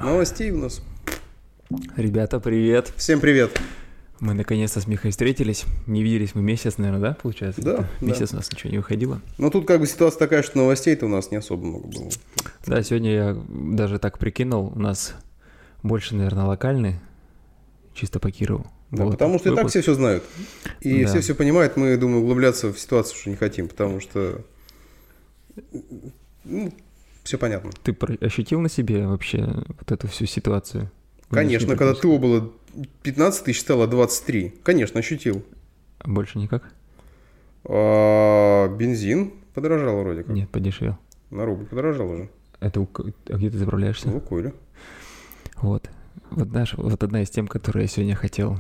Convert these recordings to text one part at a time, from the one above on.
Новостей у нас. Ребята, привет. Всем привет. Мы наконец-то с Михой встретились. Не виделись мы месяц, наверное, да, получается? Да. Месяц у нас ничего не выходило. Но тут как бы ситуация такая, что новостей-то у нас не особо много было. Да, сегодня я даже так прикинул, у нас больше, наверное, локальный, чисто по Кирову. Да, вот, потому что и так все знают. И да. все понимают, мы, думаю, углубляться в ситуацию уже не хотим, потому что все понятно. Ты ощутил на себе вообще вот эту всю ситуацию? Конечно, когда ТО было 15 тысяч, стало 23. Конечно, ощутил. А больше никак? Бензин подорожал вроде как. Нет, подешевел. На рубль подорожал уже. Это а где ты заправляешься? В Лукойле. Вот, знаешь, вот одна из тем, которые я сегодня хотел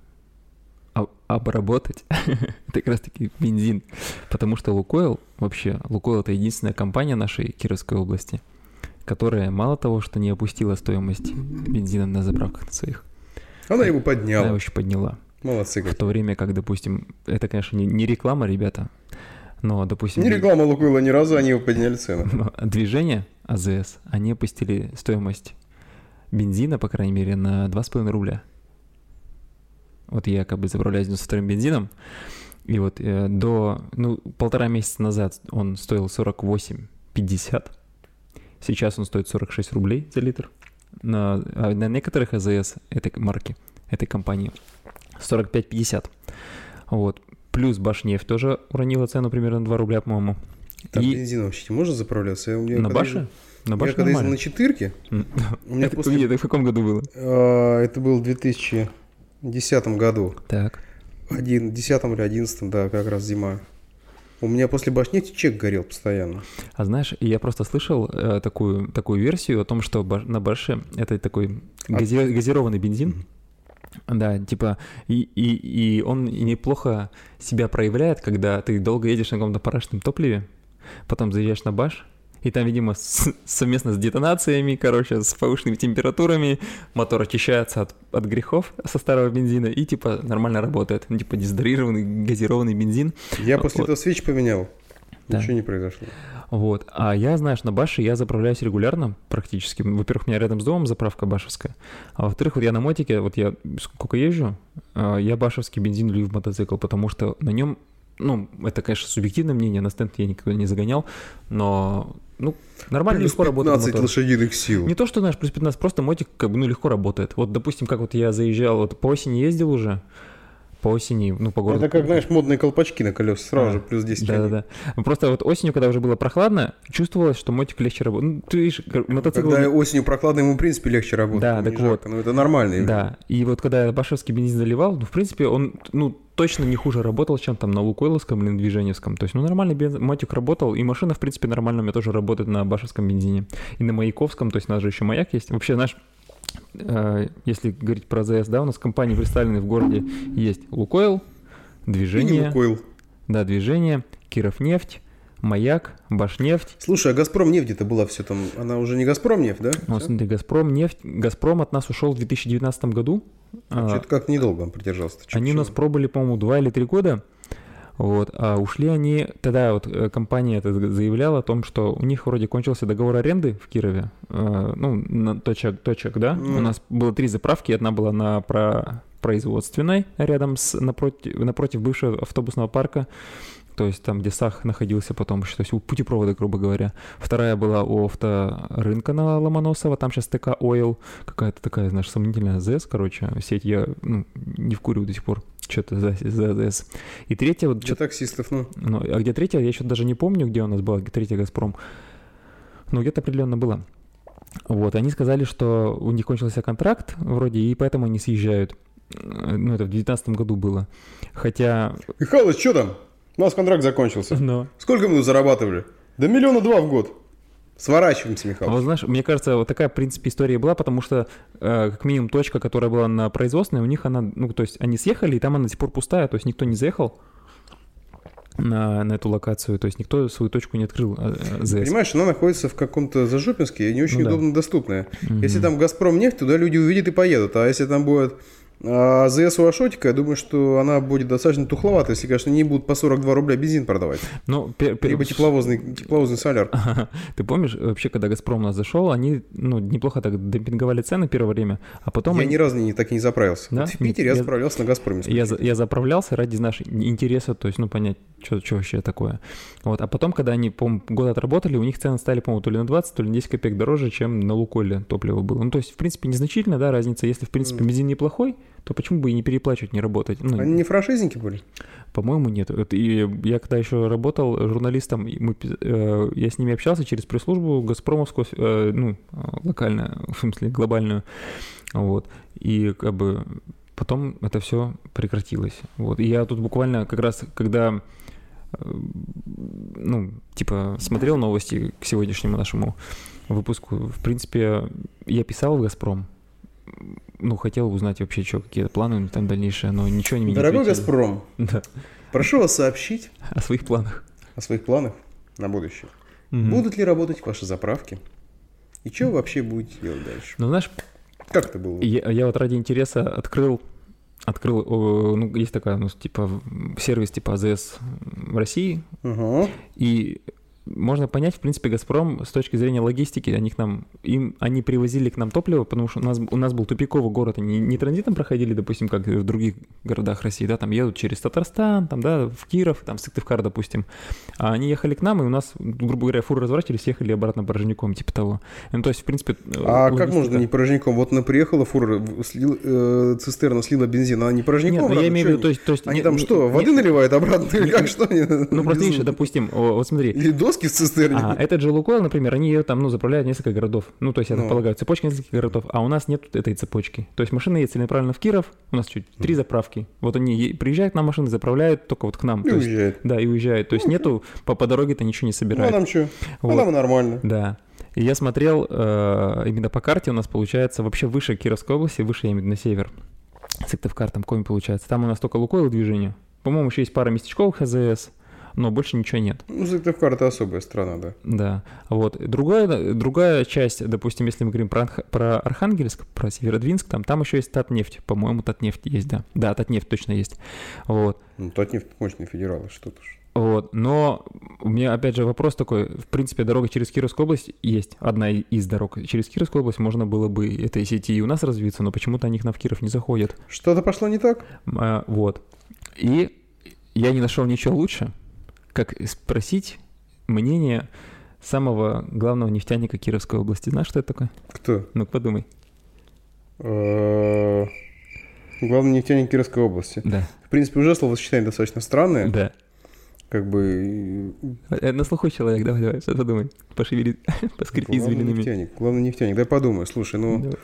обработать, это как раз таки бензин. Потому что Лукойл это единственная компания нашей Кировской области, которая мало того, что не опустила стоимость бензина на заправках своих. Она его подняла. Она его еще подняла. Молодцы какие. В то время как, допустим, это, конечно, не реклама, ребята, но, допустим... Не реклама Лукойла ни разу, они его подняли цену. Движение АЗС, они опустили стоимость бензина, по крайней мере, на 2,5 рубля. Вот я как бы заправляюсь 92-м бензином, и вот до полтора месяца назад он стоил 48,50. Сейчас он стоит 46 рублей за литр. На некоторых АЗС этой марки, этой компании 45,50. Вот. Плюс Башнефть тоже уронила цену примерно 2 рубля, по-моему. Там бензин вообще не можно заправляться? На Баше? На Баше я когда ездил нормально. На четырке... Это в каком году было? Это было в 2010 году. Так. 10 или 11, да, как раз зима. У меня после Башнефти чек горел постоянно. А знаешь, я просто слышал такую версию о том, что на Баше это такой газированный бензин. Да, типа, и он неплохо себя проявляет, когда ты долго едешь на каком-то парашютном топливе, потом заезжаешь на Баш, и там, видимо, совместно с детонациями, с повышенными температурами мотор очищается от грехов со старого бензина и, типа, нормально работает. Типа, дезодорированный, газированный бензин. Я после этого свечи поменял. Да. Ничего не произошло. Вот. А я, знаешь, на Баше я заправляюсь регулярно практически. Во-первых, у меня рядом с домом заправка башевская. А во-вторых, вот я на мотике, вот я сколько езжу, я башевский бензин лью в мотоцикл, потому что на нем, это, конечно, субъективное мнение, на стенд я никогда не загонял, но, нормально, плюс легко работает мотор. 15 лошадиных сил. Не то, что, знаешь, плюс 15, просто мотик легко работает. Вот, допустим, как вот я заезжал, вот по осени ездил уже, по осени, по городу. Это как, знаешь, модные колпачки на колеса, сразу же плюс 10 Да. Просто вот осенью, когда уже было прохладно, чувствовалось, что мотик легче работает. Ты видишь, мотоцикл... Когда осенью прохладно, ему, в принципе, легче работать. Да, так жарко, вот. Это нормально. Да, и вот когда я башевский бензин заливал, в принципе, он, точно не хуже работал, чем там на Лукойловском или на Движеневском. То есть, нормальный мотик работал, и машина, в принципе, нормально у меня тоже работает на башевском бензине. И на Маяковском, то есть, у нас же еще Маяк есть. Вообще, знаешь, если говорить про АЗС, да, у нас компании представлены в городе есть Лукойл, Движение. Лукойл. Да, Движение, Кировнефть, Маяк, Башнефть. Слушай, а Газпром нефть-то была все там, она уже не Газпром нефть, да? Смотри, Газпром от нас ушел в 2019 году. Что-то как недолго он продержался. Они у нас пробыли, по-моему, 2 или 3 года. Вот, а ушли они, тогда вот компания это заявляла о том, что у них вроде кончился договор аренды в Кирове, на точек, да? У нас было 3 заправки, одна была на производственной, рядом напротив бывшего автобусного парка, то есть там, где САХ находился потом еще, то есть у путепровода, грубо говоря. Вторая была у авторынка на Ломоносова, там сейчас ТК Ойл, какая-то такая, знаешь, сомнительная АЗС, сеть я не вкурю до сих пор. Что-то за АЗС. И третья... Вот, для таксистов, А где третья? Я еще даже не помню, где у нас была третья Газпром. Но где-то определенно была. Вот, они сказали, что у них кончился контракт вроде, и поэтому они съезжают. Это в 2019 году было. Хотя... Михалыч, что там? У нас контракт закончился. Но... Сколько мы зарабатывали? Да 1,2 миллиона в год. Сворачиваемся, Михаил. Вот знаешь, мне кажется, вот такая, в принципе, история была, потому что, как минимум, точка, которая была на производственной, у них она, то есть они съехали, и там она до сих пор пустая, то есть никто не заехал на эту локацию, то есть никто свою точку не открыл. Понимаешь, она находится в каком-то Зажопинске и не очень удобно доступная. Если там Газпром нефть, туда люди увидят и поедут, а если там будет А АЗС у Ашотика, я думаю, что она будет достаточно тухловата, если, конечно, не будут по 42 рубля бензин продавать. Ну, либо тепловозный соляр. Ты помнишь, вообще, когда «Газпром» у нас зашел, они неплохо так демпинговали цены первое время, а потом... Я ни разу так и не заправился. Да? Вот в Питере я заправлялся на «Газпроме». Я заправлялся ради нашего интереса, то есть, понять, что вообще такое. Вот. А потом, когда они, по-моему, год отработали, у них цены стали, по-моему, то ли на 20, то ли на 10 копеек дороже, чем на «Лукойле» топливо было. Ну, то есть, в принципе, незначительно, да, разница. Если, в принципе, бензин неплохой, то почему бы и не переплачивать, не работать? Они не франшизники были? По-моему, нет. И я когда еще работал журналистом, я с ними общался через пресс-службу газпромовскую, локальную, в смысле глобальную. Вот. И как бы потом это все прекратилось. Вот. И я тут буквально как раз, когда смотрел новости к сегодняшнему нашему выпуску, в принципе, я писал в «Газпром». Хотел узнать вообще, какие планы у них там дальнейшие, но ничего не Дорогой ответили. «Газпром», да. Прошу вас сообщить о своих планах. О своих планах на будущее. Будут ли работать ваши заправки? И что вы вообще будете делать дальше? Знаешь, как это было? Я вот ради интереса открыл, есть такая, сервис типа АЗС в России, и можно понять, в принципе, «Газпром» с точки зрения логистики, они привозили к нам топливо, потому что у нас был тупиковый город, они не транзитом проходили, допустим, как в других городах России, да, там едут через Татарстан, там, да, в Киров, там, Сыктывкар, допустим, а они ехали к нам, и у нас, грубо говоря, фуры разворачивались, ехали обратно Порожняком, типа того. То есть, в принципе... А логистика... как можно не Порожняком? Вот она приехала, фура, цистерна слила бензин, а не Порожняком? Нет, я имею в виду, то есть... Они там что, воды наливают обратно, или как, что они? Просто видишь, допустим, вот смотри... Или доски в цистерне. Этот же «Лукойл», например, они ее там, заправляют в несколько городов. То есть, я так полагаю, цепочка нескольких городов, а у нас нет этой цепочки. То есть машина едет целенаправленно в Киров, у нас чуть 3 заправки. Вот они приезжают на машины, заправляют только вот к нам. И уезжают. Да, и уезжают. То есть нету, по дороге-то ничего не собирают. Ну, а нам что? Вот. Нам нормально. Да. И я смотрел, именно по карте у нас получается вообще выше Кировской области, выше, я имею в виду, на север. Сыктывкар, там Коми получается. Там у нас только «Лукойл» движение. По-моему, еще есть пара местечковых АЗС, но больше ничего нет. Сыктывкар — это особая страна, да. Да. Вот. Другая часть, допустим, если мы говорим про Архангельск, про Северодвинск, там еще есть Татнефть. По-моему, Татнефть есть, да. Да, Татнефть точно есть. Вот. Татнефть — мощный федерал, что-то ж. Вот. Но у меня, опять же, вопрос такой. В принципе, дорога через Кировскую область есть. Одна из дорог. Через Кировскую область можно было бы этой сети и у нас развиться, но почему-то они к нам в Киров не заходят. Что-то пошло не так? Вот. И я не нашел ничего лучше, как спросить мнение самого главного нефтяника Кировской области. Знаешь, что это такое? Кто? Ну-ка, подумай. Главный нефтяник Кировской области. Да. В принципе, уже словосочетание достаточно странное. Да. Как бы... На слуху человек, давай, что подумай. Пошевели, поскрипи извилинами. Главный нефтяник, дай подумай. Слушай,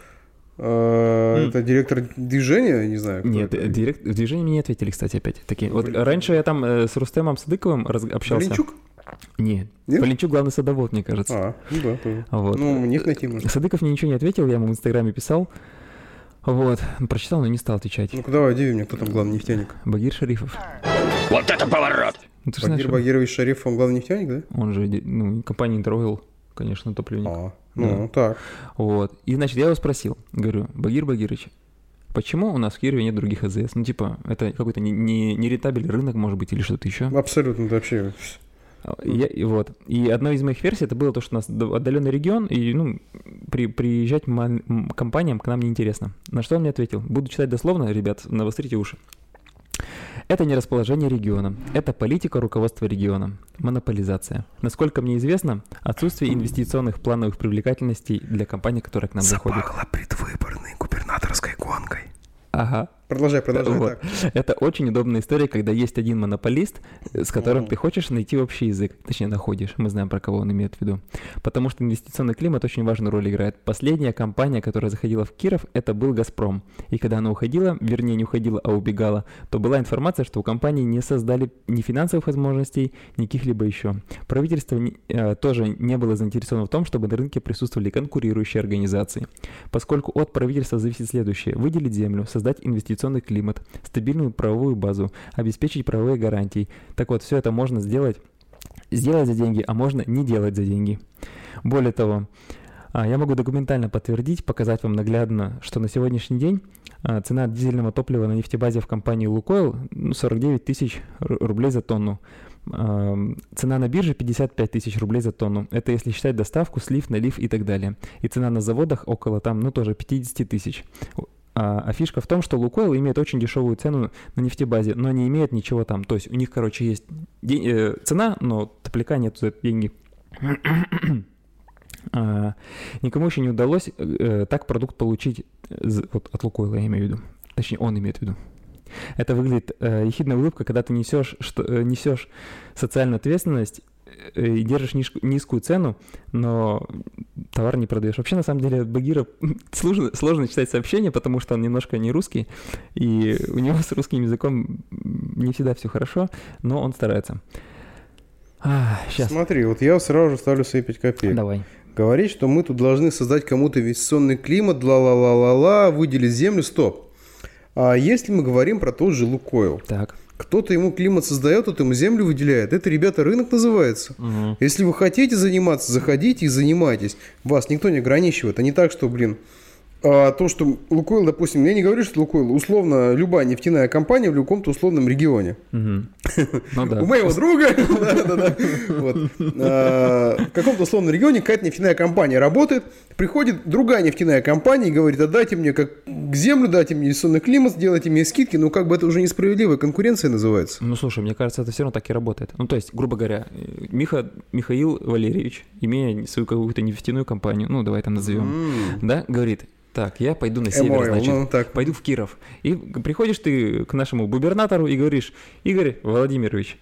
это директор движения, не знаю. Нет, в движении мне не ответили, кстати, опять-таки. Вот раньше я там с Рустемом Садыковым общался. Поленчук? Нет. Поленчук главный садовод, мне кажется. Да, тоже. Вот. Нефть найти можно. Садыков мне ничего не ответил, я ему в Инстаграме писал. Вот, прочитал, но не стал отвечать. Ну-ка давай, удиви меня, кто там главный нефтяник? Багир Шарифов. Вот это поворот! Багир Багирович Шарифов, он главный нефтяник, да? Он же, компания Интеройл, конечно, топливник. Так. Вот. И, значит, я его спросил, говорю, Багир Багирович, почему у нас в Кирове нет других АЗС? Это какой-то нерентабельный рынок, может быть, или что-то еще? Абсолютно, это вообще... И одной из моих версий это было то, что у нас отдаленный регион, и приезжать компаниям к нам неинтересно. На что он мне ответил? Буду читать дословно, ребят, навострите уши. Это не расположение региона, это политика руководства региона, монополизация. Насколько мне известно, отсутствие инвестиционных плановых привлекательностей для компаний, которые к нам заходят. Запахло предвыборной губернаторской гонкой. Ага. Продолжай. Вот. Так. Это очень удобная история, когда есть один монополист, с которым ты хочешь найти общий язык. Точнее, находишь. Мы знаем, про кого он имеет в виду. Потому что инвестиционный климат очень важную роль играет. Последняя компания, которая заходила в Киров, это был «Газпром». И когда она уходила, вернее, не уходила, а убегала, то была информация, что у компании не создали ни финансовых возможностей, ни каких-либо еще. Правительство тоже не было заинтересовано в том, чтобы на рынке присутствовали конкурирующие организации. Поскольку от правительства зависит следующее: выделить землю, создать инвестиционный климат, стабильную правовую базу, обеспечить правовые гарантии. Так вот, все это можно сделать за деньги, а можно не делать за деньги. Более того, Я могу документально подтвердить, показать вам наглядно, что на сегодняшний день цена дизельного топлива на нефтебазе в компании «Лукойл» 49 тысяч рублей за тонну. Цена на бирже 55 тысяч рублей за тонну. Это если считать доставку, слив, налив и так далее. И цена на заводах около тоже 50 тысяч. А фишка в том, что «Лукойл» имеет очень дешевую цену на нефтебазе, но не имеет ничего там. То есть у них, есть цена, но топляка нет за деньги. Никому еще не удалось так продукт получить от «Лукойла», я имею в виду. Точнее, он имеет в виду. Это выглядит ехидная улыбка, когда ты несешь социальную ответственность и держишь низкую цену, но товар не продаешь. Вообще, на самом деле, от Багира сложно читать сообщения, потому что он немножко не русский, и у него с русским языком не всегда все хорошо, но он старается. Сейчас. Смотри, вот я сразу же ставлю свои 5 копеек. Давай. Говорить, что мы тут должны создать кому-то инвестиционный климат, ла-ла-ла-ла-ла, выделить землю, стоп. А если мы говорим про тот же «Лукойл», так. Кто-то ему климат создает, кто-то ему землю выделяет. Это, ребята, рынок называется. Угу. Если вы хотите заниматься, заходите и занимайтесь. Вас никто не ограничивает. А не так, что, то, что «Лукойл», допустим, я не говорю, что «Лукойл», условно, любая нефтяная компания в каком-то условном регионе. У моего друга в каком-то условном регионе какая-то нефтяная компания работает, приходит другая нефтяная компания и говорит: отдайте мне как землю, дайте мне инвестиционный климат, сделайте мне скидки. Это уже несправедливая конкуренция называется. Слушай, мне кажется, это все равно так и работает. То есть, грубо говоря, Михаил Валерьевич, имея свою какую-то нефтяную компанию, давай там назовем, да, говорит: так, я пойду на север, пойду в Киров. И приходишь ты к нашему губернатору и говоришь: Игорь Владимирович,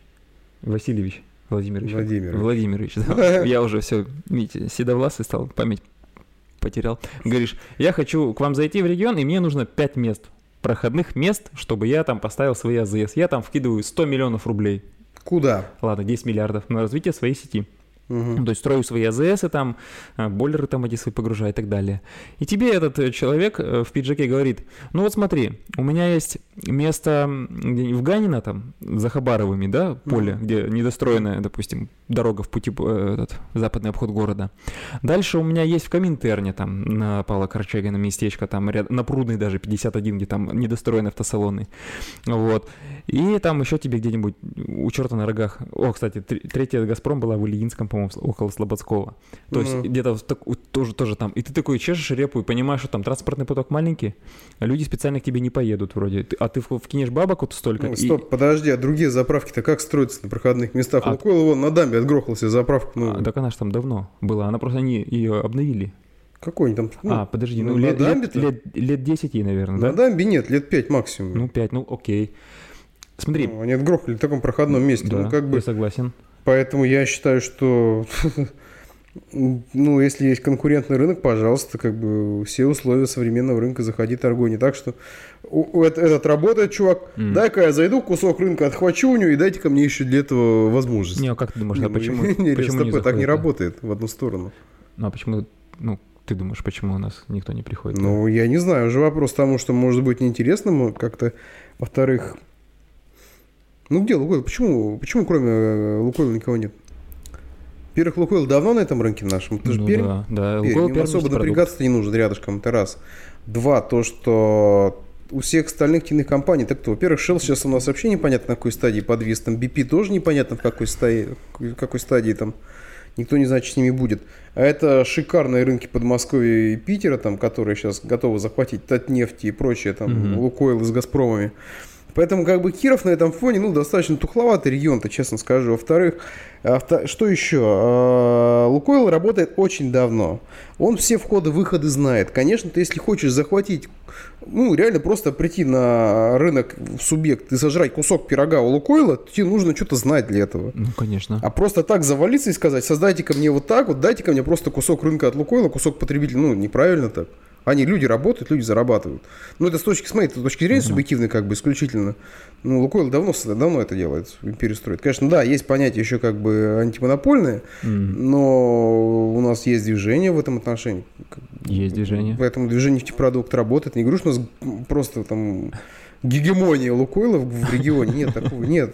да, я уже все, видите, седовласый стал, память потерял. Говоришь: я хочу к вам зайти в регион, и мне нужно 5 мест, проходных мест, чтобы я там поставил свои АЗС. Я там вкидываю 100 миллионов рублей. Куда? Ладно, 10 миллиардов на развитие своей сети. Угу. То есть строю свои АЗСы там, бойлеры там эти свои погружаю и так далее. И тебе этот человек в пиджаке говорит: смотри, у меня есть место в Ганино там, за Хабаровыми, да, поле, где недостроенная, допустим, дорога в пути, западный обход города. Дальше у меня есть в Коминтерне там, на Павла Корчагина местечко, там на Прудной даже 51, где там недостроенные автосалоны. Вот. И там еще тебе где-нибудь у черта на рогах. Кстати, третья «Газпром» была в Ильинском, по-моему, около Слободского. То есть где-то тоже там. И ты такой чешешь репу и понимаешь, что там транспортный поток маленький, а люди специально к тебе не поедут вроде. А ты вкинешь бабок вот столько. Стоп, подожди, а другие заправки-то как строятся на проходных местах? Лукойл вон на дамбе отгрохался заправку. Так она же там давно была. Она просто, они ее обновили. Какой там? Подожди, лет 10, наверное, да? На дамбе нет, лет 5 максимум. 5, окей. Смотри. Они отгрохали в таком проходном месте. Да, я согласен. Поэтому я считаю, что если есть конкурентный рынок, пожалуйста, все условия современного рынка, заходи, торгуй. Не так, что этот работает, чувак, дай-ка я зайду, кусок рынка отхвачу у него и дайте-ка мне еще для этого возможность. Как ты думаешь, почему не так не работает в одну сторону. А почему, ты думаешь, почему у нас никто не приходит? Я не знаю, уже вопрос тому, что может быть неинтересно как-то. Во-вторых, где Лукойл? Почему кроме Лукойла никого нет? Во-первых, Лукойл давно на этом рынке нашем. Это же Пермь. Да. Им особо напрягаться не нужно рядышком, это раз. Два, то, что у всех остальных нефтяных компаний, во-первых, Shell сейчас у нас вообще непонятно на какой стадии подвис, там BP тоже непонятно в какой стадии там. Никто не знает, что с ними будет. А это шикарные рынки Подмосковья и Питера, которые сейчас готовы захватить Татнефть и прочее, Лукойл с Газпромами. Поэтому Киров на этом фоне достаточно тухловатый регион-то, честно скажу. Во-вторых, что еще? Лукойл работает очень давно. Он все входы-выходы знает. Конечно, ты если хочешь захватить, реально просто прийти на рынок в субъект и сожрать кусок пирога у Лукойла, тебе нужно что-то знать для этого. Конечно. А просто так завалиться и сказать: создайте-ка мне вот так вот, дайте-ка мне просто кусок рынка от Лукойла, кусок потребителя. Неправильно так. Люди работают, люди зарабатывают. Это с точки зрения субъективной, исключительно. Лукойл давно это делает, империю строит. Конечно, да, есть понятие еще антимонопольное, но у нас есть движение в этом отношении. Есть движение. Поэтому движение нефтепродукт работает. Не говорю, что у нас просто гегемония Лукойла в регионе. Нет, такого нет.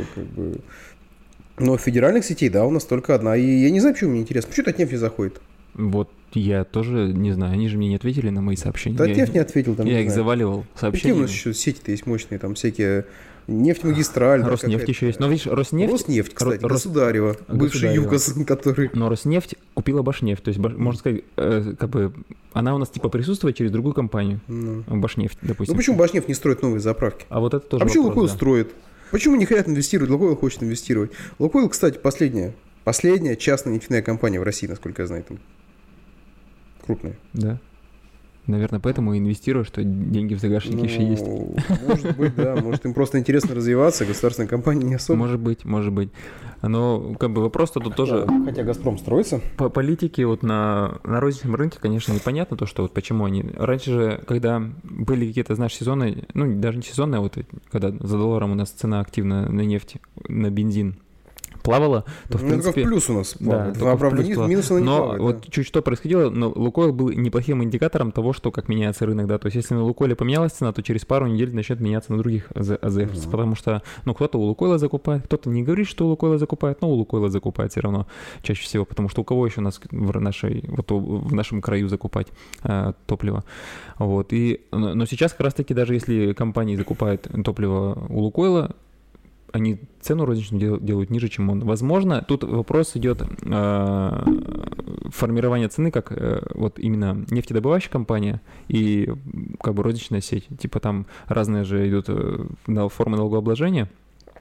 Но федеральных сетей, у нас только одна. И я не знаю, почему мне интересно. Почему Татнефть не заходит? Вот я тоже не знаю, они же мне не ответили на мои сообщения. Татнефть не ответил, там, Я не их знаю. заваливал Какие у сообщениями. нас еще сети-то есть мощные, там всякие нефть-магистраль. да, Роснефть какая-то. еще есть. Но видишь, Роснефть... Роснефть, кстати, Ро- Рос- Государева, бывший Государева. ЮКОС, который... Но Роснефть купила Башнефть. То есть, можно сказать, как бы она у нас типа присутствует через другую компанию. Ну. Башнефть, допустим. Ну почему Башнефть не строит новые заправки? А вот это тоже А почему вопрос, Лукойл да. строит? Почему не хотят инвестировать? Лукойл хочет инвестировать. Лукойл, кстати, последняя частная нефтяная компания в России, насколько я знаю, там крупная. Да. Наверное, поэтому и инвестирую, что деньги в загашнике еще есть. Может быть, да. Может, им просто интересно развиваться, государственная компания не особо. Может быть. Но как бы вопрос-то тут тоже... Хотя «Газпром» строится. По политике вот на розничном рынке, конечно, непонятно то, что вот почему они... Раньше же, когда были какие-то, знаешь, сезоны, ну, даже не сезонные, а вот когда за долларом у нас цена активно на нефть, на бензин плавала, то в Ну, это как принципе... плюс у нас. Да, плавает. только А, в правда, плюс плавает. минусы она не Но плавает, вот да. чуть что происходило, но Лукойл был неплохим индикатором того, что как меняется рынок, да, то есть если на Лукойле поменялась цена, то через пару недель начнет меняться на других АЗФ, потому что, ну, кто-то у Лукойла закупает, кто-то не говорит, что у Лукойла закупает, но у Лукойла закупает все равно чаще всего, потому что у кого еще у нас в нашем краю закупать топливо, вот, но сейчас как раз-таки даже если компании закупают топливо у Лукойла, они цену розничную делают ниже, чем он. Возможно, тут вопрос идет формирование цены, как вот именно нефтедобывающая компания и как бы розничная сеть. Типа там разные же идут формы налогообложения.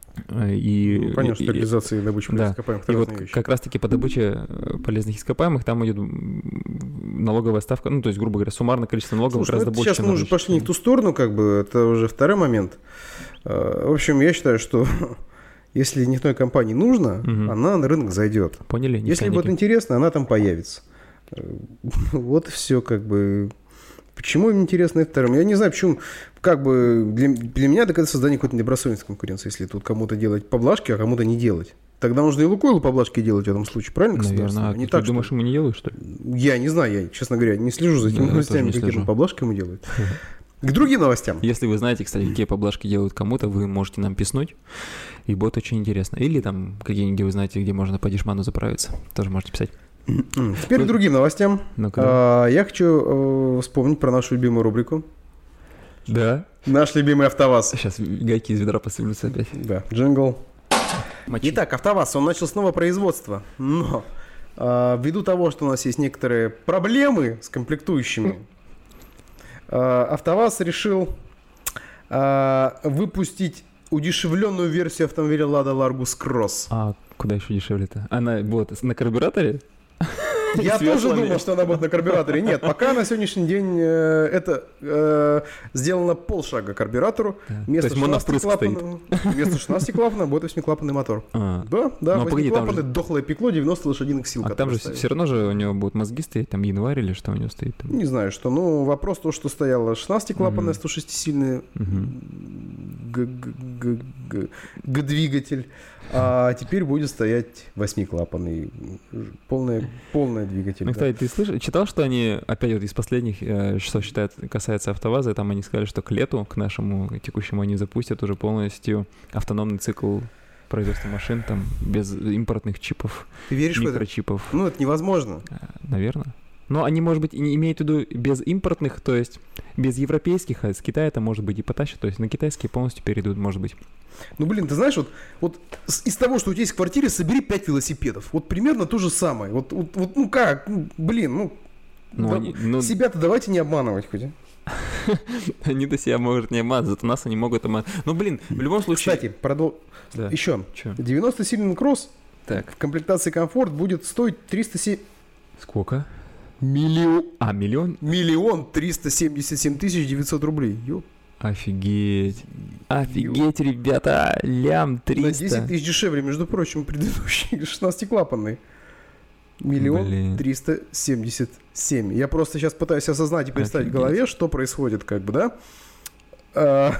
И, Ну, понятно, что реализация и добыча полезных ископаемых — это и вот разные вещи. как раз-таки по добыче полезных ископаемых там идет налоговая ставка, ну, то есть, грубо говоря, суммарное количество налогов Слушай, гораздо это больше, сейчас мы уже пошли не в ту сторону, как бы, это уже второй момент. В общем, я считаю, что если нефтяной компании нужно, она на рынок зайдет. Поняли? Если будет интересно, она там появится. Вот и все, как бы. Почему им интересно это вторым? Я не знаю, почему, как бы, для меня так это создание какой-то недобросовестной конкуренции, если тут кому-то делать поблажки, а кому-то не делать. Тогда нужно и Лукойлу поблажки делать в этом случае, правильно, наверное, не ты так, думаешь, ему не делают, что ли? Я не знаю, я, честно говоря, не слежу за этими Да, новостями, тоже не какие слежу. поблажки ему делают. К другим новостям. Если вы знаете, кстати, какие поблажки делают кому-то, вы можете нам писнуть, и будет очень интересно. Или там какие-нибудь вы знаете, где можно по дешману заправиться, тоже можете писать. Теперь к другим новостям. Ну-ка, Я хочу вспомнить про нашу любимую рубрику. да. Наш любимый АвтоВАЗ. Сейчас гайки из ведра посыплются опять. Да, джингл. Мочи. Итак, АвтоВАЗ, он начал снова производство, но ввиду того, что у нас есть некоторые проблемы с комплектующими, АвтоВАЗ решил выпустить удешевленную версию автомобиля Lada Largus Cross. А куда еще дешевле-то? Она вот на карбюраторе? Я С тоже веслами? думал, что она будет на карбюраторе. Нет, пока на сегодняшний день это сделано полшага к карбюратору. Да. Вместо То есть моновпрыск 16 клапанов будет 8-клапанный мотор. А, Да, Ну, а погоди, там 8-клапанный, дохлое пекло, 90 лошадиных сил. а там которые же ставят. все равно же у него будут мозги стоять, там январь или что у него стоит там? Не знаю, что. Ну, вопрос то, что стояло 16-клапанная, 106-сильный двигатель, а теперь будет стоять 8-клапанный. Полная двигатель. Ну, да. кстати, ты читал, что они опять вот из последних часов касается АвтоВАЗа, там они сказали, что к лету, к нашему текущему, они запустят уже полностью автономный цикл производства машин, там, без импортных чипов, Ты веришь в это? микрочипов, Ну, это невозможно. наверное. Но они, может быть, и не имеют в виду без импортных, то есть без европейских, а с Китая это может быть и потащат, то есть на китайские полностью перейдут, может быть. Ну, блин, ты знаешь, вот из того, что у тебя есть в квартире, собери 5 велосипедов. Вот примерно то же самое. Вот ну как, блин, Ну, да, они, ну, себя-то давайте не обманывать хоть. они-то себя могут не обманывать, зато нас они могут обманывать. Ну, блин, в любом случае... Кстати, Да. еще. Чё? 90-сильный кросс Так, в комплектации комфорт будет стоить 307... сколько? Миллион 1 377 900 рублей. Ёп. Офигеть. Офигеть, ребята, лям 300. На 10 тысяч дешевле, между прочим, предыдущий 16-клапанный. Миллион Блин. 377. Я просто сейчас пытаюсь осознать и представить в Офигеть. голове, что происходит, как бы, да?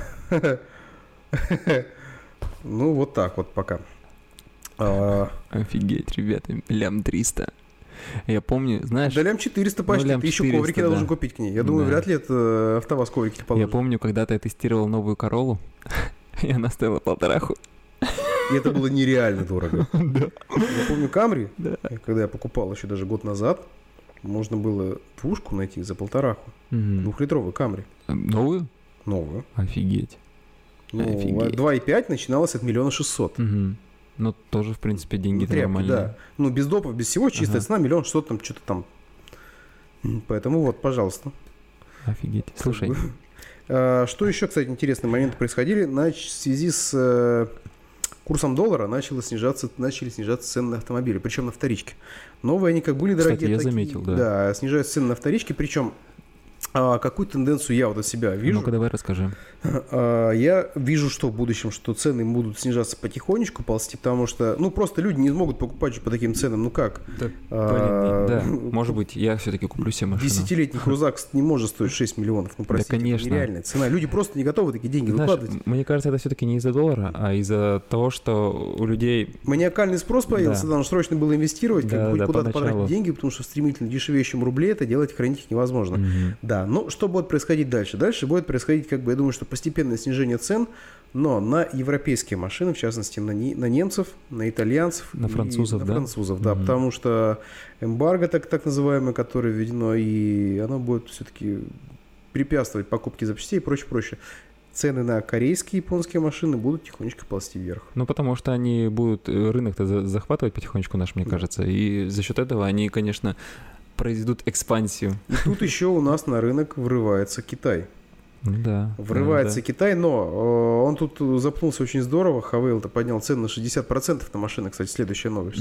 Ну, вот так вот пока. Офигеть, ребята, лям 300. Я помню, знаешь, Да лям 400 почти, лям ты еще 400, коврики да. должен купить к ней. Я думаю, Да. вряд ли это АвтоВАЗ коврики я положит. помню, когда-то я тестировал новую Короллу, и она стоила 1,5. И это было нереально дорого. Да. Я помню Камри, Да. когда я покупал еще даже год назад, можно было двушку найти за 1,5. Двухлитровую Камри. Новую? Новую. Офигеть. Ну, Офигеть. 2,5 начиналось от 1 600 000. Ну, тоже, в принципе, деньги-то Тряпки, нормальные. да. Ну, без допов, без всего, чистая цена, 1 600 000 что-то там. Поэтому вот, пожалуйста. Офигеть. Слушай. Что еще, кстати, интересные моменты происходили? В связи с курсом доллара начали снижаться цены на автомобили, причем на вторичке. Новые они как были дорогие. Кстати, я заметил, да. Да, снижаются цены на вторичке, причем какую тенденцию я вот от себя вижу. Ну-ка, давай расскажи. Я вижу, что в будущем, что цены будут снижаться потихонечку, ползти, потому что, ну, просто люди не смогут покупать по таким ценам, ну как? Да, может быть, я все-таки куплю себе машину. 10-летний крузак не может стоить 6 миллионов, ну, простите, да, конечно. Это нереальная цена. Люди просто не готовы такие деньги выкладывать. Мне кажется, это все-таки не из-за доллара, а из-за того, что у людей... Маниакальный спрос появился, да, срочно было инвестировать, хоть куда-то потратить деньги, потому что в стремительно дешевеющем рубле это делать, хранить их невозможно. Да, но что будет происходить дальше? Дальше будет происходить, как бы, я думаю, что постепенное снижение цен, но на европейские машины, в частности, на немцев, на итальянцев, на французов, да, потому что эмбарго, так называемое, которое введено, и оно будет все-таки препятствовать покупке запчастей и прочее. Цены на корейские и японские машины будут тихонечко ползти вверх. Ну, потому что они будут рынок-то захватывать потихонечку наш, мне кажется, и за счет этого они, конечно, произведут экспансию. И тут еще у нас на рынок врывается Китай. Да. Врывается Китай, но он тут запнулся очень здорово. Хавейл-то поднял цену на 60% на машины, кстати, следующая новость.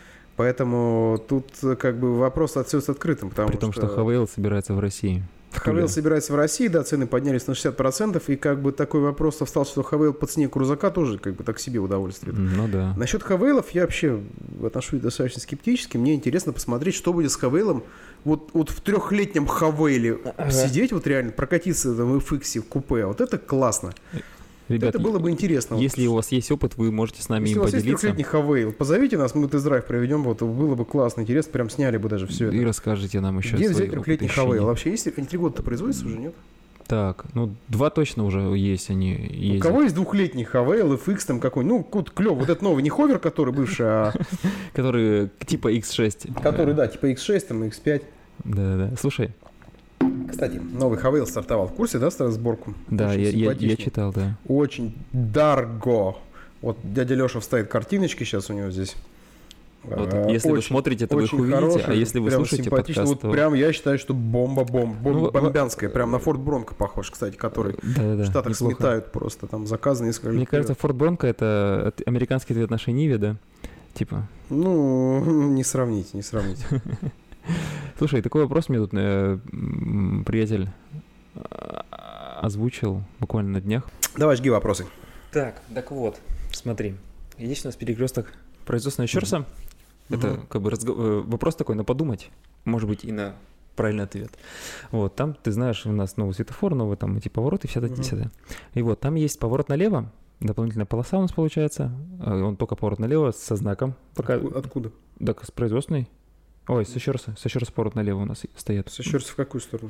Поэтому тут как бы вопрос остается открытым. При том, что Хавейл собирается в России. Хавейл собирается в России, да, цены поднялись на 60%, и как бы такой вопрос встал, что Хавейл по цене крузака тоже как бы так себе удовольствие. Ну да. Насчет Хавейлов я вообще отношусь достаточно скептически. Мне интересно посмотреть, что будет с Хавейлом. Вот в 3-летнем Хавейле сидеть, вот реально прокатиться там, в FX в купе, вот это классно. Ребят, это было бы интересно. Если у вас есть опыт, вы можете с нами им поделиться. Если у вас есть 3-летний Хавейл, позовите нас, мы тест-драйв проведем, вот было бы классно, интересно, прям сняли бы даже все это. И расскажите нам еще. Где взять 3-летний Хавейл? Вообще есть? Они 3 года-то производятся уже, нет? Так, 2 точно уже есть, они ездят. У кого есть 2-летний Хавейл, FX там какой? Ну, клёв, вот этот новый, не Ховер, который бывший, а... Который типа X6. Который, да, типа X6, там X5. Да. Слушай. Кстати, новый Хавейл стартовал. В курсе, да, сборку? Да, я читал, да. Очень дорого. Вот дядя Леша вставит картиночки сейчас у него здесь. Вот, если вы смотрите, то вы их увидите, хороший, а если вы слушаете подкаст, вот то... прям я считаю, что бомбянская. Прям на Форд Бронко похож, кстати, который в Штатах неплохо сметают просто. Там заказы несколько лет. Мне кажется, Форд Бронко — это американский ответ нашей Ниве, да? Типа. Ну, не сравните. Слушай, такой вопрос мне тут приятель озвучил буквально на днях. Давай, жги вопросы. Так вот, смотри. Есть у нас перекресток производственного щерса. Это как бы вопрос такой на подумать, может быть, и на правильный ответ. Вот, там, ты знаешь, у нас новый светофор, новый там эти повороты, вся эта. И вот, там есть поворот налево, дополнительная полоса у нас получается. Он только поворот налево со знаком. Откуда? Так, с производственной. Ой, со щерса поворот налево у нас стоят. Со щерса в какую сторону?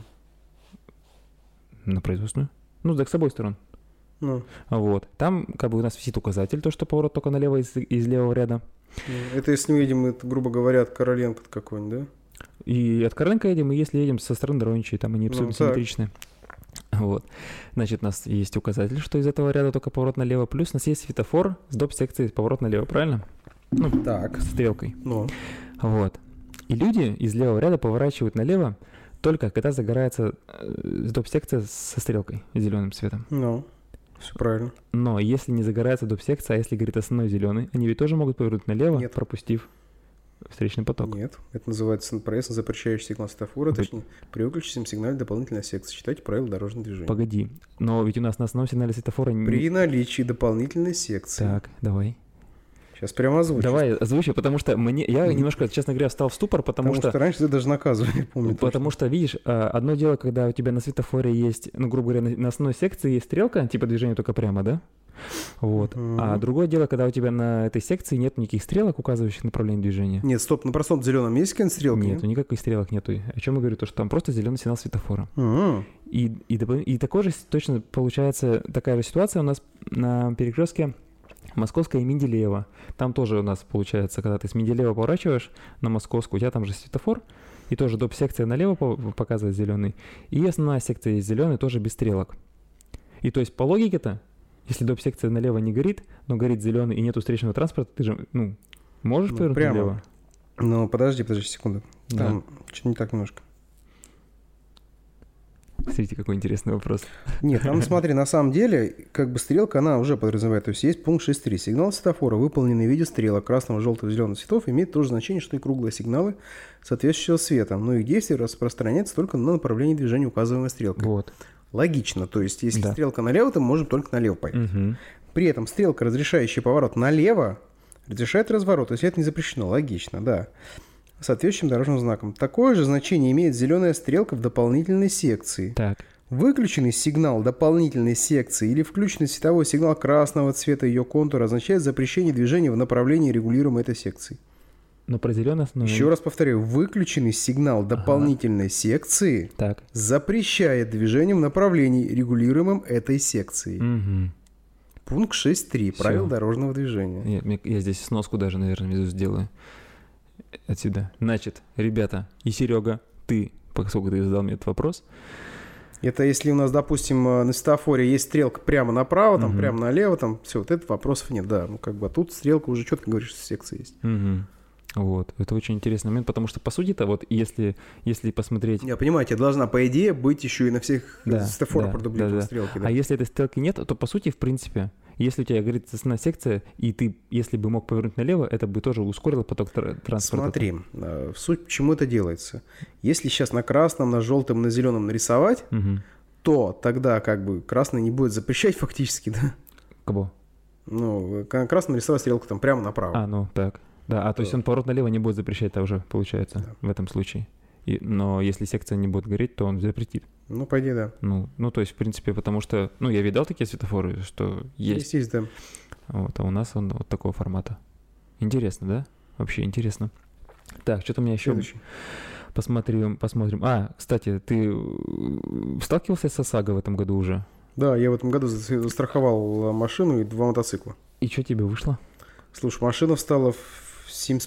На производственную. Ну, так с обоих сторон. Вот. Там как бы у нас висит указатель, то, что поворот только налево из левого ряда. Это если мы едем, это, грубо говоря, от Короленко какой-нибудь, да? И от Короленко едем, и если едем со стороны Дороничей, там они абсолютно симметричны. Вот. Значит, у нас есть указатель, что из этого ряда только поворот налево, плюс у нас есть светофор с доп-секцией поворот налево, правильно? Ну, так. С стрелкой. Вот. И люди из левого ряда поворачивают налево только когда загорается доп-секция со стрелкой зеленым цветом. Все правильно. Но если не загорается доп-секция, а если горит основной зеленый, они ведь тоже могут повернуть налево, пропустив встречный поток. Нет, это называется НПРС, запрещающий сигнал светофора, точнее, при выключенном сигнале дополнительная секция. Читайте правила дорожного движения. Погоди, но ведь у нас на основном сигнале светофора... При наличии дополнительной секции. Так, давай. Сейчас прямо озвучу. Давай, озвучу, потому что я немножко, честно говоря, встал в ступор, потому что раньше ты даже наказывали, помню. Потому что, видишь, одно дело, когда у тебя на светофоре есть, ну, грубо говоря, на основной секции есть стрелка, типа движение только прямо, да? Вот. А другое дело, когда у тебя на этой секции нет никаких стрелок, указывающих направление движения. Нет, стоп, на простом зеленом есть какая-нибудь стрелка? Нет, никаких стрелок нету. О чем я говорю? То, что там просто зеленый сигнал светофора. И такой же точно получается такая же ситуация у нас на перекрестке Московская и Менделеева. Там тоже у нас получается, когда ты с Менделеева поворачиваешь на Московскую, у тебя там же светофор, И тоже доп-секция налево показывает зеленый. И основная секция есть зеленый, тоже без стрелок. И то есть по логике-то, если доп-секция налево не горит, но горит зеленый и нету встречного транспорта, ты же, можешь повернуть прямо. налево? Ну, подожди секунду. Да. Там что-то не так немножко. Смотрите, какой интересный вопрос. Нет, там, смотри, на самом деле, как бы стрелка, она уже подразумевает, то есть пункт 6.3. Сигнал светофора, выполненный в виде стрелок красного, желтого, зеленого цветов, имеет то же значение, что и круглые сигналы соответствующего цвета, но их действие распространяется только на направление движения, указываемой стрелкой. Вот. Логично, то есть если стрелка налево, то мы можем только налево поехать. Угу. При этом стрелка, разрешающая поворот налево, разрешает разворот, то есть это не запрещено, логично, да. Соответствующим дорожным знаком. Такое же значение имеет зеленая стрелка в дополнительной секции. Так. Выключенный сигнал дополнительной секции или включенный световой сигнал красного цвета ее контура означает запрещение движения в направлении, регулируемой этой секцией. Но про зеленый основной... Еще раз повторяю, выключенный сигнал дополнительной секции запрещает движение в направлении, регулируемом этой секцией. Угу. Пункт 6.3. Правил дорожного движения. Я здесь сноску даже, наверное, внизу сделаю. Отсюда. Значит, ребята, и Серега, ты, поскольку ты задал мне этот вопрос. Это если у нас, допустим, на светофоре есть стрелка прямо направо, там, прямо налево, там, все, вот это вопросов нет, да. Ну, как бы, а тут стрелка уже четко говорит, что секция есть. Вот, это очень интересный момент, потому что, по сути-то, вот, если посмотреть... Я понимаю, тебе должна, по идее, быть еще и на всех светофорах продублированы стрелки. Да. А если этой стрелки нет, то, по сути, в принципе, если у тебя горит основная секция, и ты, если бы мог повернуть налево, это бы тоже ускорило поток транспорта. Смотри, суть, почему это делается. Если сейчас на красном, на желтом, на зеленом нарисовать, то тогда как бы красный не будет запрещать фактически, да? Кого? Ну, на красном нарисовать стрелку там прямо направо. А, ну так. Да, то есть он поворот налево не будет запрещать, уже получается, в этом случае. Но если секция не будет гореть, то он запретит. Ну, по идее, да. Ну, то есть, в принципе, потому что... я видал такие светофоры, что есть. Есть, да. Вот, а у нас он вот такого формата. Интересно, да? Вообще интересно. Так, что-то у меня еще... Посмотрим. Кстати, ты сталкивался с ОСАГО в этом году уже? Да, я в этом году застраховал машину и 2 мотоцикла. И что тебе вышло? Слушай, машина встала в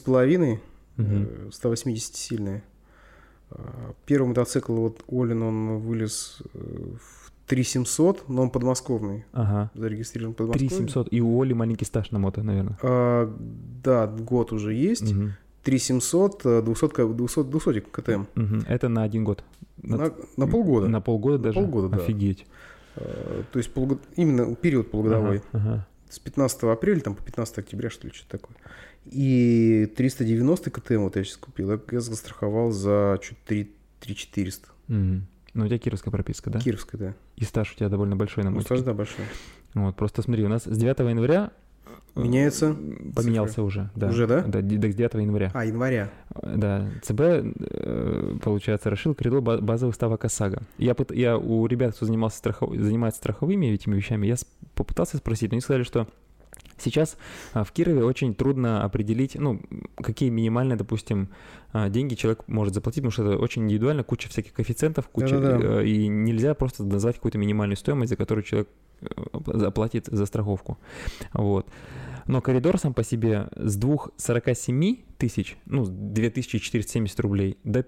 7,5, 180-сильная. Первый мотоцикл, вот Олин, он вылез в 3700, но он подмосковный. Зарегистрирован в Подмосковье. 3700, и у Оли маленький стаж на мото, наверное. Да, год уже есть. 3700, 200 КТМ. Это на 1 год? На полгода. На полгода даже? Полгода, да. Офигеть. То есть именно период полугодовой. С 15 апреля там, по 15 октября, что ли, что-то такое. И 390 КТМ вот я сейчас купил. Я застраховал за чуть 3400. Ну, у тебя кировская прописка, да? Кировская, да. И стаж у тебя довольно большой на мотике. Стаж, да, большой. Вот, просто смотри, у нас с 9 января... Меняется? Поменялся уже, да. Уже, да? Да, с 9 января. Января. Да, ЦБ, получается, расширил коридор базовых ставок ОСАГО. Я у ребят, кто занимается страховыми этими вещами, я попытался спросить, но они сказали, что сейчас в Кирове очень трудно определить, какие минимальные, допустим, деньги человек может заплатить, потому что это очень индивидуально, куча всяких коэффициентов, и нельзя просто назвать какую-то минимальную стоимость, за которую человек оплатит за страховку. Вот. Но коридор сам по себе с 247 тысяч, 2470 рублей, до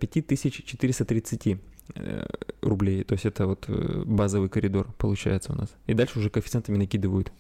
5430 рублей. То есть это вот базовый коридор получается у нас. И дальше уже коэффициентами накидывают.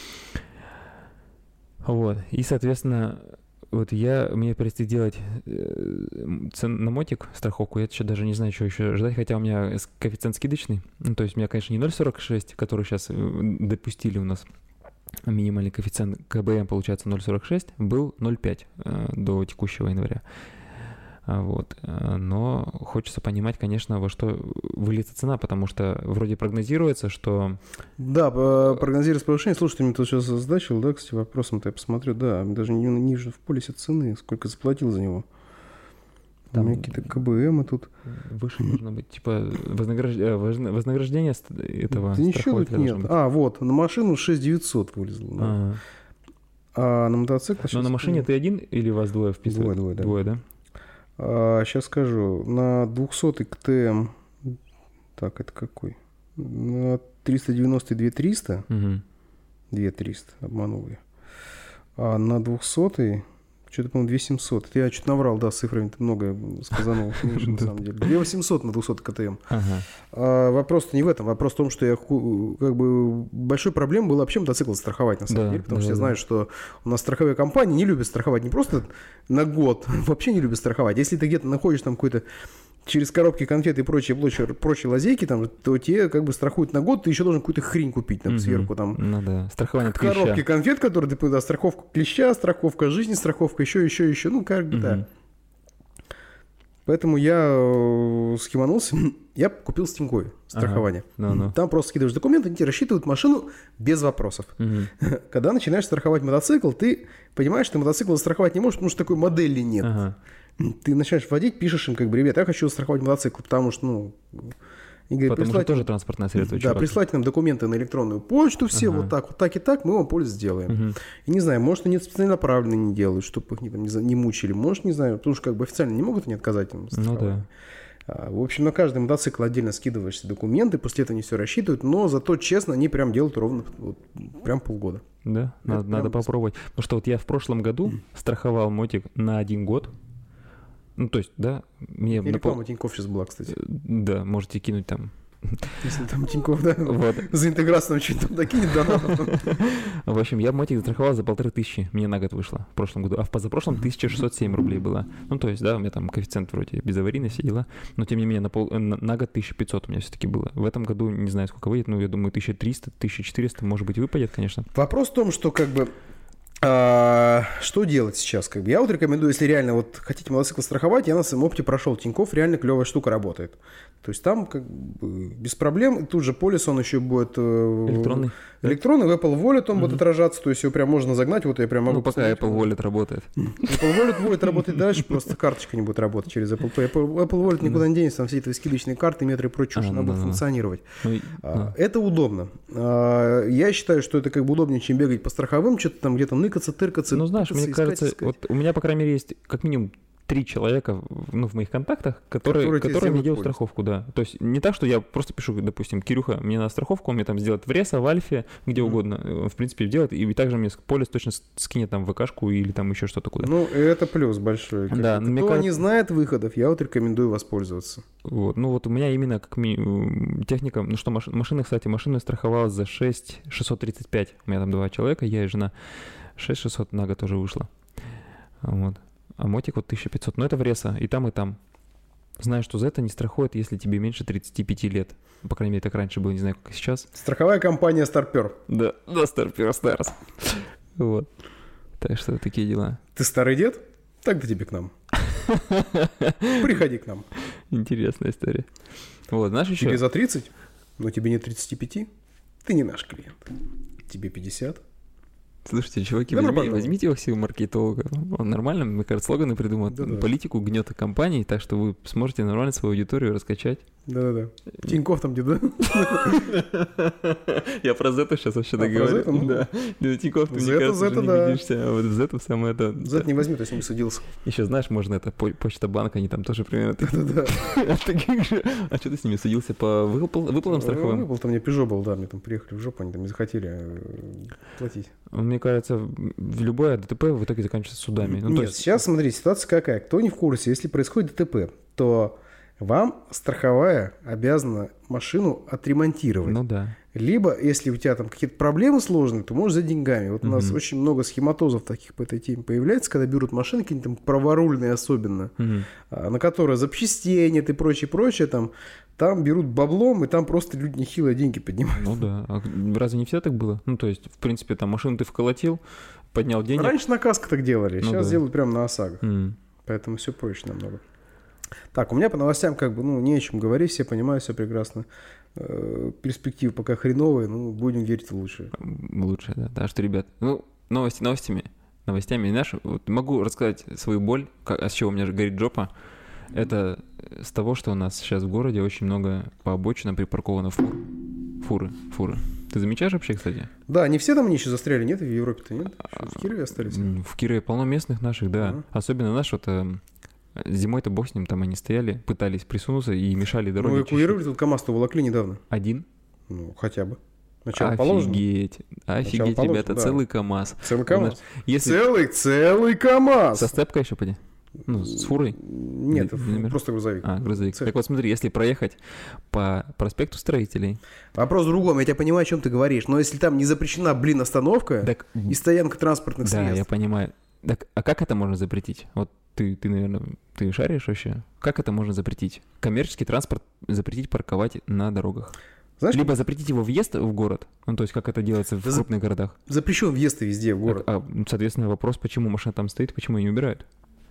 Вот. И, соответственно, вот мне предстоит делать на мотик страховку. Я еще даже не знаю, что еще ждать, хотя у меня коэффициент скидочный. То есть у меня, конечно, не 0,46, который сейчас допустили у нас. Минимальный коэффициент КБМ, получается, 0,46, был 0,5 до текущего января. Вот. Но хочется понимать, конечно, во что выльется цена, потому что вроде прогнозируется, что... Да, прогнозируется повышение. Слушай, ты мне тут сейчас задачил, да, кстати, вопросом-то я посмотрю, да, даже ниже в полисе цены, сколько заплатил за него. Там у меня какие-то КБМы тут. Выше должно быть, типа вознаграждение этого страхователя нет. Вот, на машину 6900 вылезло. Да. А на мотоцикл... Но на машине ты один или вас двое вписывают? Двое, да. Двое, да? Сейчас скажу. На 200 КТМ... Так, это какой? На 390 2300. 2300, обманул я. А на 200 Что-то, по-моему, 2700. Я что-то наврал, да, с цифрами много сказанул. Меньше, на самом деле. 2800 на 200 КТМ. Вопрос-то не в этом. Вопрос в том, что я как бы большой проблемой было вообще мотоцикл страховать, на самом деле. Потому что я знаю, что у нас страховые компании не любят страховать не просто на год, вообще не любят страховать. Если ты где-то находишь там какой-то через коробки конфеты и прочие лазейки, там, то те как бы страхуют на год, ты еще должен какую-то хрень купить там, сверху. Там, ну да, страхование от клеща. Коробки конфет, которые ты, да, страховка клеща, страховка жизни, страховка еще, ну как бы, да. Поэтому я схеманулся, я купил с Тинькове страхование. Там просто скидываешь документы, они тебе рассчитывают машину без вопросов. Когда начинаешь страховать мотоцикл, ты понимаешь, что мотоцикл застраховать не можешь, потому что такой модели нет. Ты начинаешь водить, пишешь им, как бы, ребята, я хочу застраховать мотоцикл, потому что, ну... И говорит, потому что тоже транспортное средство. Да, прислать нам документы на электронную почту, все вот так и так, мы вам полис сделаем. И не знаю, может, они специально направленно не делают, чтобы их не мучили. Может, не знаю, потому что как бы официально не могут они отказать им. Ну да. В общем, на каждый мотоцикл отдельно скидываешься документы, после этого они все рассчитывают, но зато, честно, они прям делают ровно вот, прям полгода. Да, надо попробовать. Потому что вот я в прошлом году страховал мотик на 1 год. Ну, то есть, да, мне... И реклама Тинькофф сейчас была, кстати. Да, можете кинуть там... Если там Тинькофф, да, вот. За интеграцию что-то там докинет донатов. В общем, я мотик застраховал за 1500, мне на год вышло в прошлом году, а в позапрошлом 1607 рублей было. Ну, то есть, да, у меня там коэффициент вроде безаварийный, все дела, но тем не менее на год 1500 у меня все-таки было. В этом году, не знаю, сколько выйдет, но я думаю, 1300, 1400, может быть, выпадет, конечно. Вопрос в том, что как бы... что делать сейчас? Как бы я вот рекомендую, если реально вот хотите мотоцикл страховать, я на своем опыте прошел Тинькофф, реально клевая штука работает. То есть там как бы без проблем. И тут же полис, он еще будет электронный, в Apple Wallet он будет отражаться, то есть его прям можно загнать. Вот я прям могу. Ну, пока Apple Wallet работает. Apple Wallet будет работать дальше, просто карточка не будет работать через Apple Pay. Apple Wallet никуда не денется, там все эти скидочные карты, метры и прочее, что она будет функционировать. Это удобно. Я считаю, что это как бы удобнее, чем бегать по страховым, что-то там где-то ныкаться, тыркаться. Ну, знаешь, мне кажется, вот у меня, по крайней мере, есть как минимум 3 человека, ну, в моих контактах, которые мне делают страховку, да. То есть не так, что я просто пишу, допустим, Кирюха, мне на страховку, он мне там сделает в Ресо, в Альфе, где угодно, он, в принципе, делает, и также мне полис точно скинет там ВКшку или там еще что-то куда-то. Ну, это плюс большой. Да, кто кажется... не знает выходов, я вот рекомендую воспользоваться. Вот, ну вот у меня именно как техника, ну что, машина, кстати, машину страховалась за 635, у меня там 2 человека, я и жена, 6600 на год тоже вышло. Вот. А мотик вот 1500, но это в Ресо, и там, и там. Знаю, что за это не страхуют, если тебе меньше 35 лет. По крайней мере, так раньше было, не знаю, как сейчас. Страховая компания Старпер. Да, Старпер, Старс. Вот. Так что такие дела. Ты старый дед? Тогда тебе к нам. Приходи к нам. Интересная история. Вот, знаешь еще... Тебе за 30, но тебе не 35, ты не наш клиент. Тебе 50. Слушайте, чуваки, возьмите его всего маркетолога. Он нормально, мне кажется, слоганы придумал. Политику гнета компаний, так что вы сможете нормально свою аудиторию раскачать. Да-да-да. Тинькофф там где-то. Я про Зету сейчас вообще говорю. Да. Тинькофф, ты, мне кажется, уже не убедишься. А вот Зету самое это... Зет не возьми, то есть не судился. Еще, знаешь, можно это, Почта банк, они там тоже примерно... Да-да-да. А что ты с ними судился по выплатам страховым? Выплатам мне Peugeot был, да, мне там приехали в жопу, они там не захотели платить. Мне кажется, любое ДТП в итоге заканчивается судами. Нет, сейчас, смотри, ситуация какая. Кто не в курсе, если происходит ДТП, то вам страховая обязана машину отремонтировать. Ну да. Либо, если у тебя там какие-то проблемы сложные, то можешь за деньгами. Вот у нас очень много схематозов таких по этой теме появляется, когда берут машины, какие-нибудь там праворульные особенно, на которые запчастей нет и прочее, там берут баблом, и там просто люди нехилые деньги поднимают. Ну да. А разве не всегда так было? Ну, то есть, в принципе, там машину ты вколотил, поднял денег. Раньше на касках так делали, сейчас делают прямо на ОСАГОах. Поэтому все проще намного. Так, у меня по новостям как бы, не о чем говорить, все понимают, все прекрасно. Перспективы пока хреновые, будем верить в лучшее. Лучше, да. Так что, ребят, новостями наши. Вот могу рассказать свою боль, с чего у меня горит жопа. Это с того, что у нас сейчас в городе очень много по обочинам припарковано фуры. Ты замечаешь вообще, кстати? Да, не все там они еще застряли, нет? В Европе-то нет? В Кирове остались? В Кирове полно местных наших, да. Особенно наш вот... Зимой-то бог с ним, там они стояли, пытались присунуться и мешали дороге. Эвакуировали тут КамАЗ-то волокли недавно. Один? Хотя бы. Начало положено? Офигеть, положено, ребята, да. целый КамАЗ. Целый КамАЗ. Если... Целый КамАЗ! Со сцепкой еще, поди? Ну, с фурой? Нет, Номер? просто грузовик. Грузовик. Цепь. Так вот смотри, если проехать по проспекту Строителей... Вопрос в другом, я тебя понимаю, о чем ты говоришь, но если там не запрещена, остановка Так, и стоянка транспортных да, средств. я понимаю. Так, а как это можно запретить? Вот ты, наверное, ты шаришь вообще? Как это можно запретить? Коммерческий транспорт запретить парковать на дорогах. Знаешь, Либо запретить его въезд в город, ну, то есть как это делается в крупных городах. запрещен въезд и везде в город. Соответственно, вопрос, почему машина там стоит, почему ее не убирают?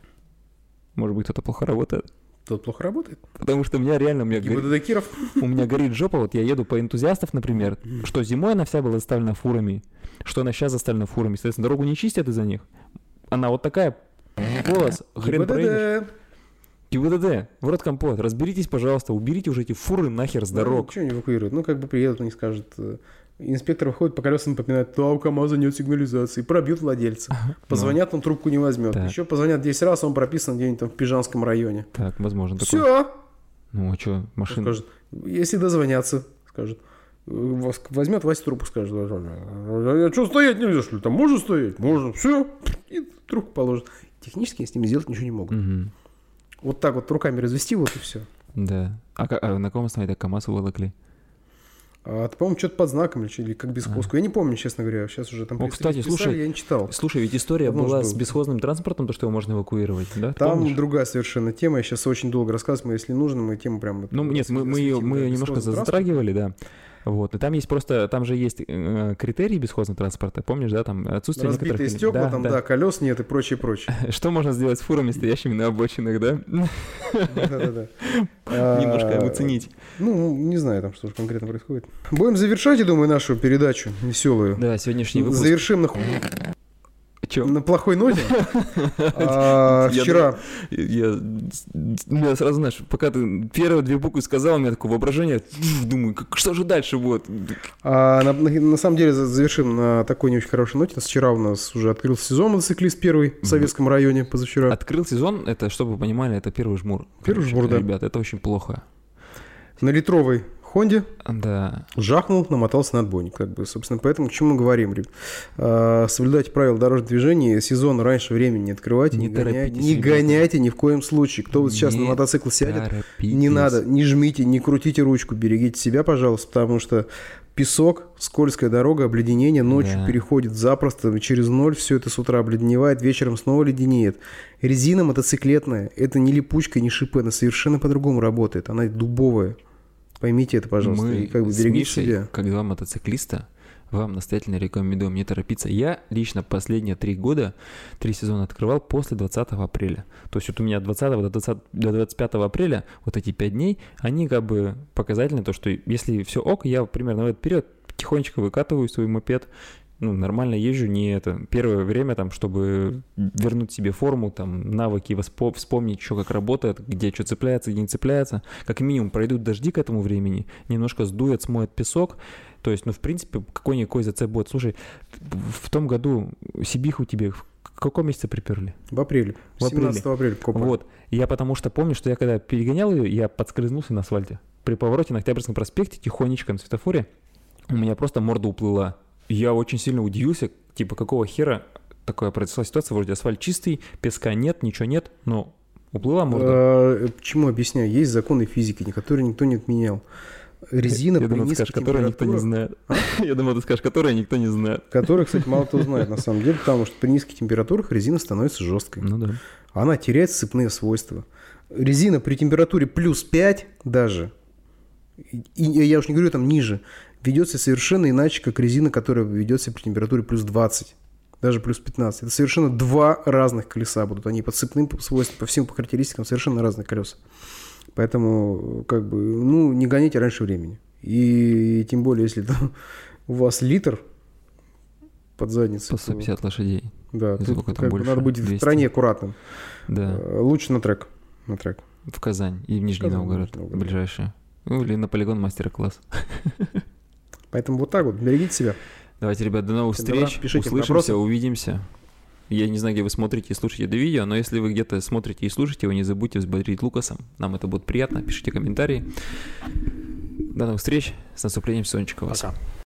Может быть, кто-то плохо работает? Тут плохо работает. Потому что у меня реально, ГИБДД Киров. у меня горит жопа, вот я еду по энтузиастов, например, что зимой она вся была заставлена фурами, что она сейчас заставлена фурами, соответственно, дорогу не чистят из-за них. Она вот такая, голос, хрен проедешь. ГИБДД, в рот компот, разберитесь, пожалуйста, уберите уже эти фуры нахер с дорог. Ничего не эвакуируют. Ну, как бы приедут, они скажут, инспектор выходит по колесам, попинает, да, у КамАЗа нет сигнализации, пробьют владельца. Позвонят, он трубку не возьмет. Так. Еще позвонят 10 раз, он прописан где-нибудь там в Пижанском районе. Так, возможно, такое. Все. Ну, а что, машина... Скажет, если дозвонятся, скажет, возьмет Вася трубку, скажет, а что, стоять нельзя, что ли? Там можно стоять? Можно. Все. И трубку положит. Технически с ними сделать ничего не могут. Мгм. Вот так вот руками развести, вот и все. Да. А на каком основании так КамАЗ выволокли? А ты, по-моему, что-то под знаком или как бесхозку. Я не помню, честно говоря. Сейчас уже там кстати, писали, слушай, я не читал. Слушай, ведь история Давно была же с было. бесхозным транспортом, то, что его можно эвакуировать, да? Ты Там помнишь? другая совершенно тема. Я сейчас очень долго рассказываю, но если нужно, мы тему прям... Ну, нет, мы ее немножко затрагивали, да. Вот, и там есть просто, там же есть критерии бесхозного транспорта, помнишь, да, там отсутствие Разбитые некоторых... стекла, там, да, колес нет и прочее, прочее. Что можно сделать с фурами, стоящими на обочинах, да? Да-да-да. Немножко оценить. Ну, не знаю там, что же конкретно происходит. Будем завершать, я думаю, нашу передачу веселую. Да, сегодняшний выпуск... Завершим Чё? на плохой ноте. Вчера... Я сразу, знаешь, пока ты первые две буквы сказал, у меня такое воображение, думаю, что же дальше будет? На самом деле завершим на такой не очень хорошей ноте. Вчера у нас уже открылся сезон мотоциклист первый в Советском районе позавчера. Открыл сезон, это, чтобы вы понимали, это первый жмур. Первый жмур, да. Ребят, это очень плохо. На литровой Хонде Да. жахнул, намотался на отбойник. Как бы, собственно, поэтому к чему мы говорим, ребят. Соблюдайте правила дорожного движения, сезон раньше времени не открывайте, не гоняйте ни в коем случае. Кто вот сейчас на мотоцикл сядет, не надо, не жмите, не крутите ручку, берегите себя, пожалуйста, потому что песок, скользкая дорога, обледенение ночью переходит запросто, через ноль все это с утра обледеневает, вечером снова леденеет. Резина мотоциклетная, это не липучка, не шипы, она совершенно по-другому работает, она дубовая. Поймите это, пожалуйста, Мы и как бы с берегите Мишей, себя. как два мотоциклиста, вам настоятельно рекомендуем не торопиться. Я лично последние 3 года, 3 сезона открывал после 20 апреля. То есть вот у меня от 20 до 25 апреля вот эти 5 дней, они как бы показательны, то что если все ок, я примерно в этот период тихонечко выкатываю свой мопед, ну, нормально езжу, не это первое время, там, чтобы вернуть себе форму, там, навыки, вспомнить, что как работает, где что цепляется, где не цепляется. Как минимум пройдут дожди к этому времени, немножко сдует, смоет песок. То есть, ну, в принципе, какой-никакой зацеп будет. Слушай, в том году Сибиху тебе в каком месяце приперли? В апреле. 17 апреля. Вот. Я потому что помню, что я когда перегонял ее, я подскользнулся на асфальте. При повороте на Октябрьском проспекте, тихонечко на светофоре, у меня просто морда уплыла. Я очень сильно удивился, типа, какого хера такая произошла ситуация, вроде асфальт чистый, песка нет, ничего нет, но уплыла морда. Почему объясняю? Есть законы физики, которые никто не отменял. Резина я думал, ты скажешь, которые никто не знает. Я думал, ты скажешь, которые никто не знает. Которые, кстати, мало кто знает на самом деле, потому что при низких температурах резина становится жесткой. Ну да. Она теряет сцепные свойства. Резина при температуре плюс 5 даже, и я уж не говорю там ниже, ведется совершенно иначе, как резина, которая ведется при температуре плюс 20, даже плюс 15. Это совершенно два разных колеса будут. Они по цепным свойствам, по всем по характеристикам совершенно разные колеса. Поэтому, как бы, ну, не гоните раньше времени. И тем более, если там у вас литр под задницей. По 150 лошадей. Да, тут как бы надо быть 200. В стране аккуратным. Да. Лучше на трек. В Казань и в Нижний Новгород ближайшие. Ну, или на полигон мастер-класс. Поэтому вот так вот, берегите себя. Давайте, ребят, до новых встреч. Пишите услышимся, увидимся. Я не знаю, где вы смотрите и слушаете это видео, но если вы где-то смотрите и слушаете, вы не забудьте взбодрить Лукаса. Нам это будет приятно. Пишите комментарии. До новых встреч. С наступлением солнечного. Пока.